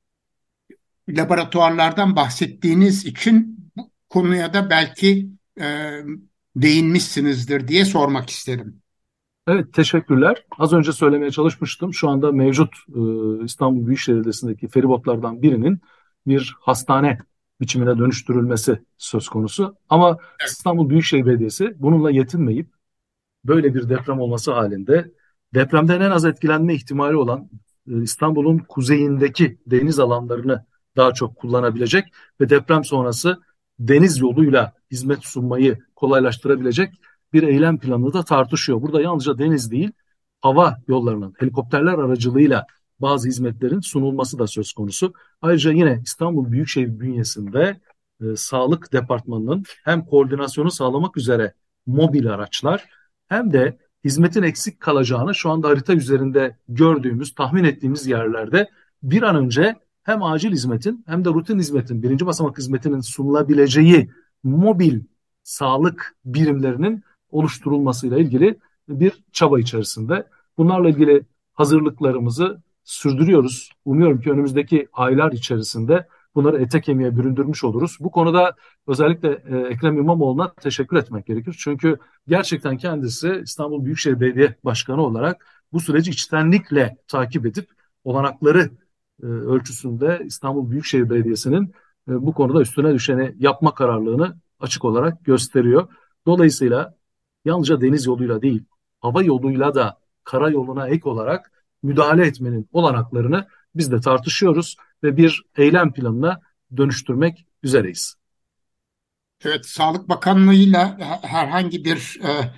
laboratuvarlardan bahsettiğiniz için bu konuya da belki e, değinmişsinizdir diye sormak istedim. Evet, teşekkürler. Az önce söylemeye çalışmıştım. Şu anda mevcut e, İstanbul Büyükşehir Belediyesi'ndeki feribotlardan birinin bir hastane biçimine dönüştürülmesi söz konusu. Ama İstanbul Büyükşehir Belediyesi bununla yetinmeyip böyle bir deprem olması halinde depremden en az etkilenme ihtimali olan e, İstanbul'un kuzeyindeki deniz alanlarını daha çok kullanabilecek ve deprem sonrası deniz yoluyla hizmet sunmayı kolaylaştırabilecek bir eylem planını da tartışıyor. Burada yalnızca deniz değil, hava yollarının, helikopterler aracılığıyla bazı hizmetlerin sunulması da söz konusu. Ayrıca yine İstanbul Büyükşehir bünyesinde e, Sağlık Departmanı'nın hem koordinasyonu sağlamak üzere mobil araçlar, hem de hizmetin eksik kalacağını şu anda harita üzerinde gördüğümüz, tahmin ettiğimiz yerlerde bir an önce hem acil hizmetin hem de rutin hizmetin, birinci basamak hizmetinin sunulabileceği mobil sağlık birimlerinin oluşturulmasıyla ilgili bir çaba içerisinde. Bunlarla ilgili hazırlıklarımızı sürdürüyoruz. Umuyorum ki önümüzdeki aylar içerisinde bunları ete kemiğe büründürmüş oluruz. Bu konuda özellikle e, Ekrem İmamoğlu'na teşekkür etmek gerekir. Çünkü gerçekten kendisi İstanbul Büyükşehir Belediye Başkanı olarak bu süreci içtenlikle takip edip olanakları e, ölçüsünde İstanbul Büyükşehir Belediyesi'nin e, bu konuda üstüne düşeni yapma kararlılığını açık olarak gösteriyor. Dolayısıyla yalnızca deniz yoluyla değil, hava yoluyla da karayoluna ek olarak müdahale etmenin olanaklarını biz de tartışıyoruz ve bir eylem planına dönüştürmek üzereyiz. Evet, Sağlık Bakanlığı'yla herhangi bir e,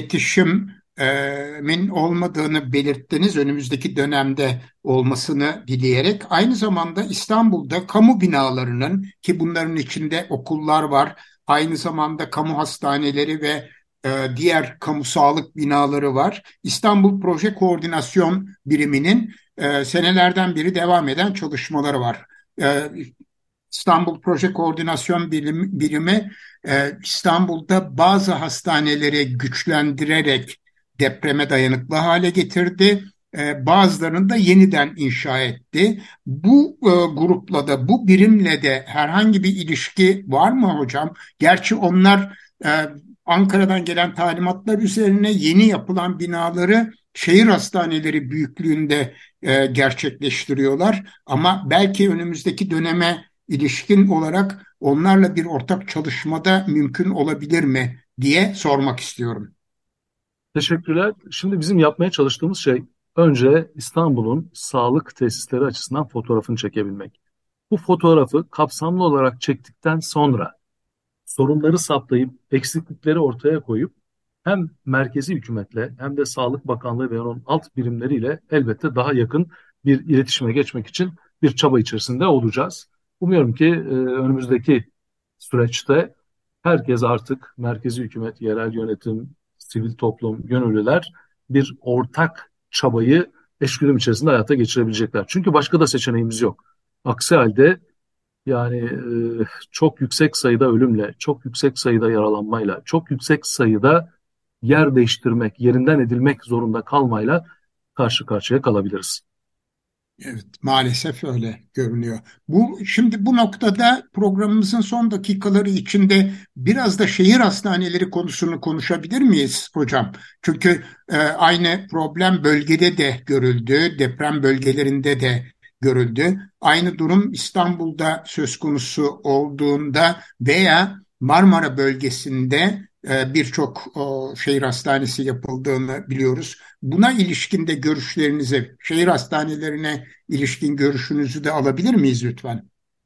iletişimin olmadığını belirttiniz. Önümüzdeki dönemde olmasını dileyerek. Aynı zamanda İstanbul'da kamu binalarının, ki bunların içinde okullar var, aynı zamanda kamu hastaneleri ve e, diğer kamu sağlık binaları var. İstanbul Proje Koordinasyon Biriminin e, senelerden beri devam eden çalışmaları var. E, İstanbul Proje Koordinasyon Birimi, Birimi e, İstanbul'da bazı hastaneleri güçlendirerek depreme dayanıklı hale getirdi. E, bazılarını da yeniden inşa etti. Bu e, grupla da, bu birimle de herhangi bir ilişki var mı hocam? Gerçi onlar e, Ankara'dan gelen talimatlar üzerine yeni yapılan binaları şehir hastaneleri büyüklüğünde e, gerçekleştiriyorlar. Ama belki önümüzdeki döneme ilişkin olarak onlarla bir ortak çalışmada mümkün olabilir mi diye sormak istiyorum. Teşekkürler. Şimdi bizim yapmaya çalıştığımız şey önce İstanbul'un sağlık tesisleri açısından fotoğrafını çekebilmek. Bu fotoğrafı kapsamlı olarak çektikten sonra sorunları saptayıp eksiklikleri ortaya koyup hem merkezi hükümetle hem de Sağlık Bakanlığı ve onun alt birimleriyle elbette daha yakın bir iletişime geçmek için bir çaba içerisinde olacağız. Umuyorum ki e, önümüzdeki süreçte herkes artık merkezi hükümet, yerel yönetim, sivil toplum, gönüllüler bir ortak çabayı eşgüdüm içerisinde hayata geçirebilecekler. Çünkü başka da seçeneğimiz yok. Aksi halde yani e, çok yüksek sayıda ölümle, çok yüksek sayıda yaralanmayla, çok yüksek sayıda yer değiştirmek, yerinden edilmek zorunda kalmayla karşı karşıya kalabiliriz. Evet, maalesef öyle görünüyor. Bu şimdi bu noktada programımızın son dakikaları içinde biraz da şehir hastaneleri konusunu konuşabilir miyiz hocam? Çünkü e, aynı problem bölgede de görüldü, deprem bölgelerinde de görüldü. Aynı durum İstanbul'da söz konusu olduğunda veya Marmara bölgesinde e, birçok o, şehir hastanesi yapıldığını biliyoruz. Buna ilişkin de görüşlerinizi, şehir hastanelerine ilişkin görüşünüzü de alabilir miyiz lütfen?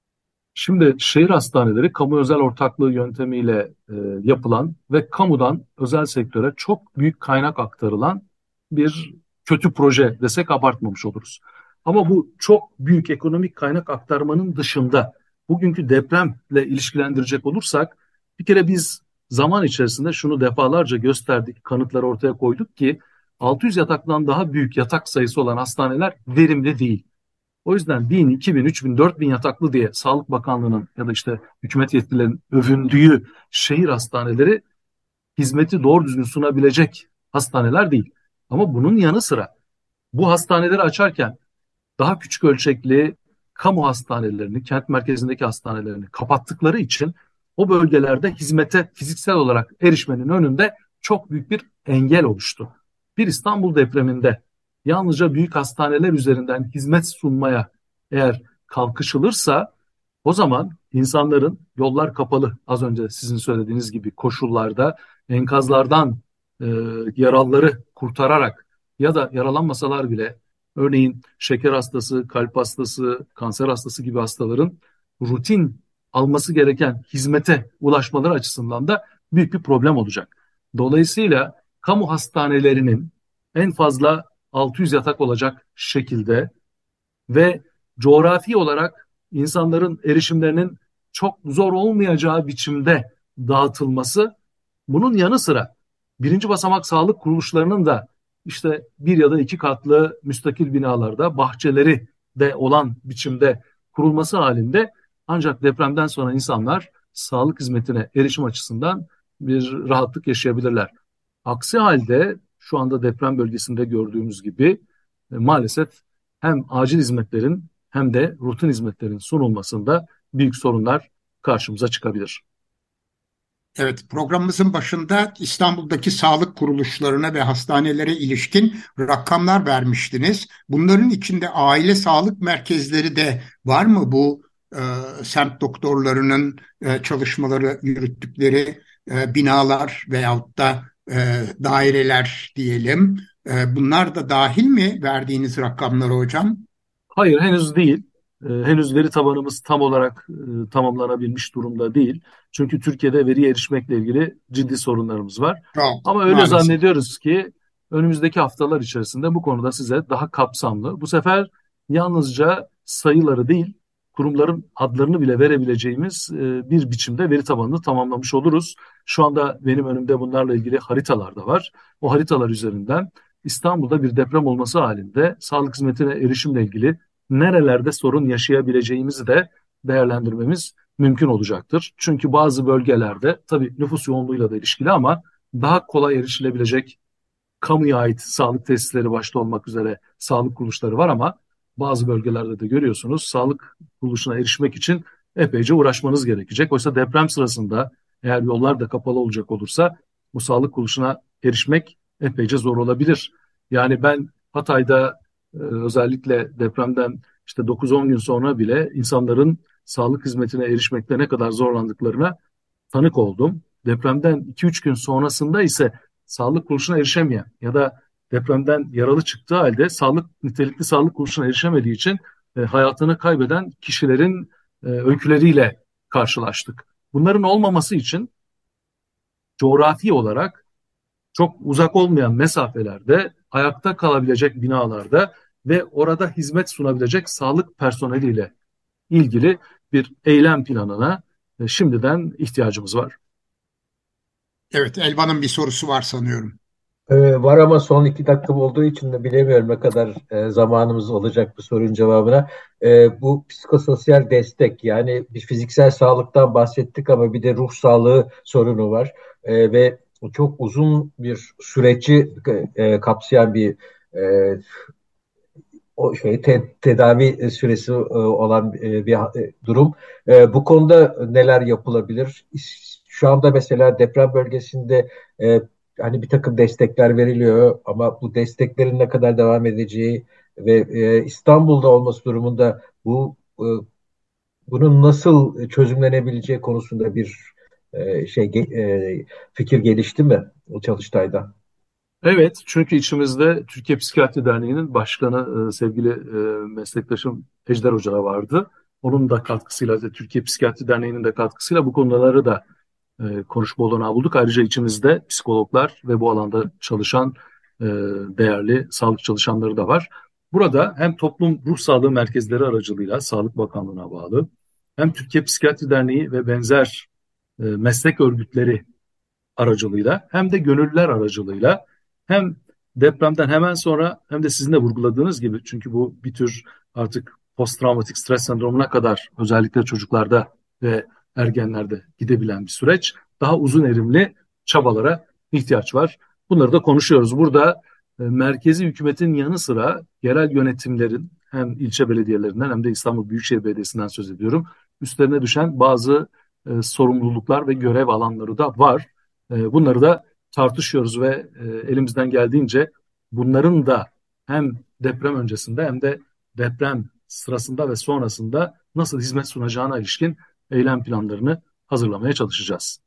Şimdi şehir hastaneleri kamu özel ortaklığı yöntemiyle e, yapılan ve kamudan özel sektöre çok büyük kaynak aktarılan bir kötü proje desek abartmamış oluruz. Ama bu çok büyük ekonomik kaynak aktarmanın dışında bugünkü depremle ilişkilendirecek olursak bir kere biz zaman içerisinde şunu defalarca gösterdik, kanıtları ortaya koyduk ki altı yüz yataktan daha büyük yatak sayısı olan hastaneler verimli değil. O yüzden bin, iki bin, üç bin, dört bin yataklı diye Sağlık Bakanlığı'nın ya da işte hükümet yetkililerinin övündüğü şehir hastaneleri hizmeti doğru düzgün sunabilecek hastaneler değil. Ama bunun yanı sıra bu hastaneleri açarken daha küçük ölçekli kamu hastanelerini, kent merkezindeki hastanelerini kapattıkları için o bölgelerde hizmete fiziksel olarak erişmenin önünde çok büyük bir engel oluştu. Bir İstanbul depreminde yalnızca büyük hastaneler üzerinden hizmet sunmaya eğer kalkışılırsa o zaman insanların yollar kapalı az önce sizin söylediğiniz gibi koşullarda enkazlardan e, yaralıları kurtararak ya da yaralanmasalar bile örneğin şeker hastası, kalp hastası, kanser hastası gibi hastaların rutin alması gereken hizmete ulaşmaları açısından da büyük bir problem olacak. Dolayısıyla kamu hastanelerinin en fazla altı yüz yatak olacak şekilde ve coğrafi olarak insanların erişimlerinin çok zor olmayacağı biçimde dağıtılması, bunun yanı sıra birinci basamak sağlık kuruluşlarının da işte bir ya da iki katlı müstakil binalarda bahçeleri de olan biçimde kurulması halinde ancak depremden sonra insanlar sağlık hizmetine erişim açısından bir rahatlık yaşayabilirler. Aksi halde şu anda deprem bölgesinde gördüğümüz gibi e, maalesef hem acil hizmetlerin hem de rutin hizmetlerin sunulmasında büyük sorunlar karşımıza çıkabilir. Evet, programımızın başında İstanbul'daki sağlık kuruluşlarına ve hastanelere ilişkin rakamlar vermiştiniz. Bunların içinde aile sağlık merkezleri de var mı? Bu e, semt doktorlarının e, çalışmaları yürüttükleri e, binalar veyahut da e, daireler diyelim. E, bunlar da dahil mi verdiğiniz rakamlara hocam? Hayır, henüz değil. Ee, henüz veri tabanımız tam olarak e, tamamlanabilmiş durumda değil. Çünkü Türkiye'de veriye erişmekle ilgili ciddi sorunlarımız var. Yok, Ama öyle maalesef. zannediyoruz ki önümüzdeki haftalar içerisinde bu konuda size daha kapsamlı, bu sefer yalnızca sayıları değil, kurumların adlarını bile verebileceğimiz e, bir biçimde veri tabanını tamamlamış oluruz. Şu anda benim önümde bunlarla ilgili haritalar da var. O haritalar üzerinden İstanbul'da bir deprem olması halinde sağlık hizmetine erişimle ilgili nerelerde sorun yaşayabileceğimizi de değerlendirmemiz mümkün olacaktır. Çünkü bazı bölgelerde tabii nüfus yoğunluğuyla da ilişkili ama daha kolay erişilebilecek kamuya ait sağlık tesisleri başta olmak üzere sağlık kuruluşları var ama bazı bölgelerde de görüyorsunuz sağlık kuruluşuna erişmek için epeyce uğraşmanız gerekecek. Oysa deprem sırasında eğer yollar da kapalı olacak olursa bu sağlık kuruluşuna erişmek epeyce zor olabilir. Yani ben Hatay'da e, özellikle depremden işte dokuz on gün sonra bile insanların sağlık hizmetine erişmekte ne kadar zorlandıklarına tanık oldum. Depremden iki üç gün sonrasında ise sağlık kuruluşuna erişemeyen ya da depremden yaralı çıktığı halde sağlık nitelikli sağlık kuruluşuna erişemediği için e, hayatını kaybeden kişilerin e, öyküleriyle karşılaştık. Bunların olmaması için coğrafi olarak çok uzak olmayan mesafelerde, ayakta kalabilecek binalarda ve orada hizmet sunabilecek sağlık personeliyle ilgili bir eylem planına e, şimdiden ihtiyacımız var. Evet, Elvan'ın bir sorusu var sanıyorum. Ee, var ama son iki dakika olduğu için de bilemiyorum ne kadar e, zamanımız olacak bu sorunun cevabına. Ee, bu psikososyal destek, yani bir fiziksel sağlıktan bahsettik ama bir de ruh sağlığı sorunu var. Ee, ve çok uzun bir süreci e, kapsayan bir e, o şey te- tedavi süresi e, olan e, bir e, durum. E, bu konuda neler yapılabilir? Şu anda mesela deprem bölgesinde e, hani bir takım destekler veriliyor ama bu desteklerin ne kadar devam edeceği ve e, İstanbul'da olması durumunda bu e, bunun nasıl çözümlenebileceği konusunda bir e, şey ge- e, fikir gelişti mi o Çalıştay'da? Evet, çünkü içimizde Türkiye Psikiyatri Derneği'nin başkanı e, sevgili e, meslektaşım Ejder Hoca vardı. Onun da katkısıyla, Türkiye Psikiyatri Derneği'nin de katkısıyla bu konuları da e, konuşma olanağı bulduk. Ayrıca içimizde psikologlar ve bu alanda çalışan e, değerli sağlık çalışanları da var. Burada hem toplum ruh sağlığı merkezleri aracılığıyla Sağlık Bakanlığı'na bağlı, hem Türkiye Psikiyatri Derneği ve benzer e, meslek örgütleri aracılığıyla hem de gönüllüler aracılığıyla hem depremden hemen sonra hem de sizin de vurguladığınız gibi, çünkü bu bir tür artık posttraumatik stres sendromuna kadar özellikle çocuklarda ve ergenlerde gidebilen bir süreç. Daha uzun erimli çabalara ihtiyaç var. Bunları da konuşuyoruz. Burada e, merkezi hükümetin yanı sıra yerel yönetimlerin hem ilçe belediyelerinden hem de İstanbul Büyükşehir Belediyesi'nden söz ediyorum. Üstlerine düşen bazı e, sorumluluklar ve görev alanları da var. E, bunları da tartışıyoruz ve e, elimizden geldiğince bunların da hem deprem öncesinde hem de deprem sırasında ve sonrasında nasıl hizmet sunacağına ilişkin eylem planlarını hazırlamaya çalışacağız.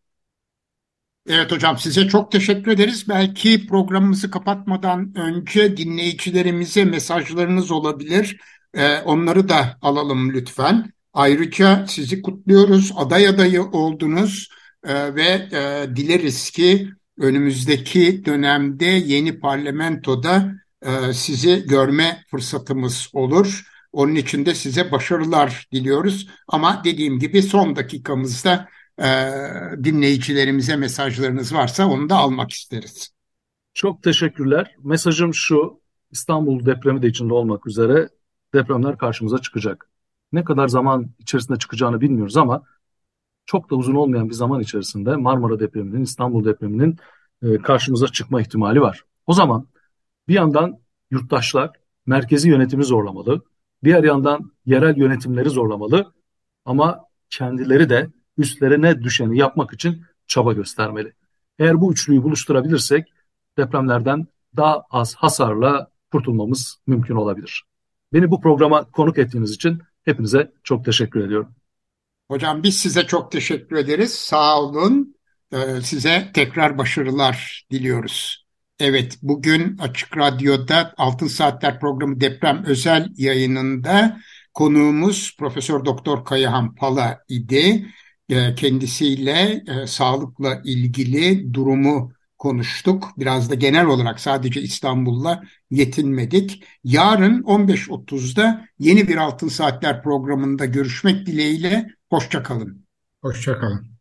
Evet hocam, size çok teşekkür ederiz. Belki programımızı kapatmadan önce dinleyicilerimize mesajlarınız olabilir. Ee, onları da alalım lütfen. Ayrıca sizi kutluyoruz. Aday adayı oldunuz Ee, ve e, dileriz ki önümüzdeki dönemde yeni parlamentoda e, sizi görme fırsatımız olur. Onun için de size başarılar diliyoruz. Ama dediğim gibi son dakikamızda e, dinleyicilerimize mesajlarınız varsa onu da almak isteriz. Çok teşekkürler. Mesajım şu: İstanbul depremi de içinde olmak üzere depremler karşımıza çıkacak. Ne kadar zaman içerisinde çıkacağını bilmiyoruz ama çok da uzun olmayan bir zaman içerisinde Marmara depreminin, İstanbul depreminin e, karşımıza çıkma ihtimali var. O zaman bir yandan yurttaşlar merkezi yönetimi zorlamalı, diğer yandan yerel yönetimleri zorlamalı ama kendileri de üstlerine düşeni yapmak için çaba göstermeli. Eğer bu üçlüyü buluşturabilirsek depremlerden daha az hasarla kurtulmamız mümkün olabilir. Beni bu programa konuk ettiğiniz için hepinize çok teşekkür ediyorum. Hocam biz size çok teşekkür ederiz. Sağ olun. Ee, size tekrar başarılar diliyoruz. Evet, bugün Açık Radyo'da Altın Saatler programı deprem özel yayınında konuğumuz Profesör Doktor Kayahan Pala idi. Ee, kendisiyle e, sağlıkla ilgili durumu konuştuk. Biraz da genel olarak sadece İstanbul'la yetinmedik. Yarın on beş otuzda yeni bir Altın Saatler programında görüşmek dileğiyle. Hoşça kalın. Hoşça kalın.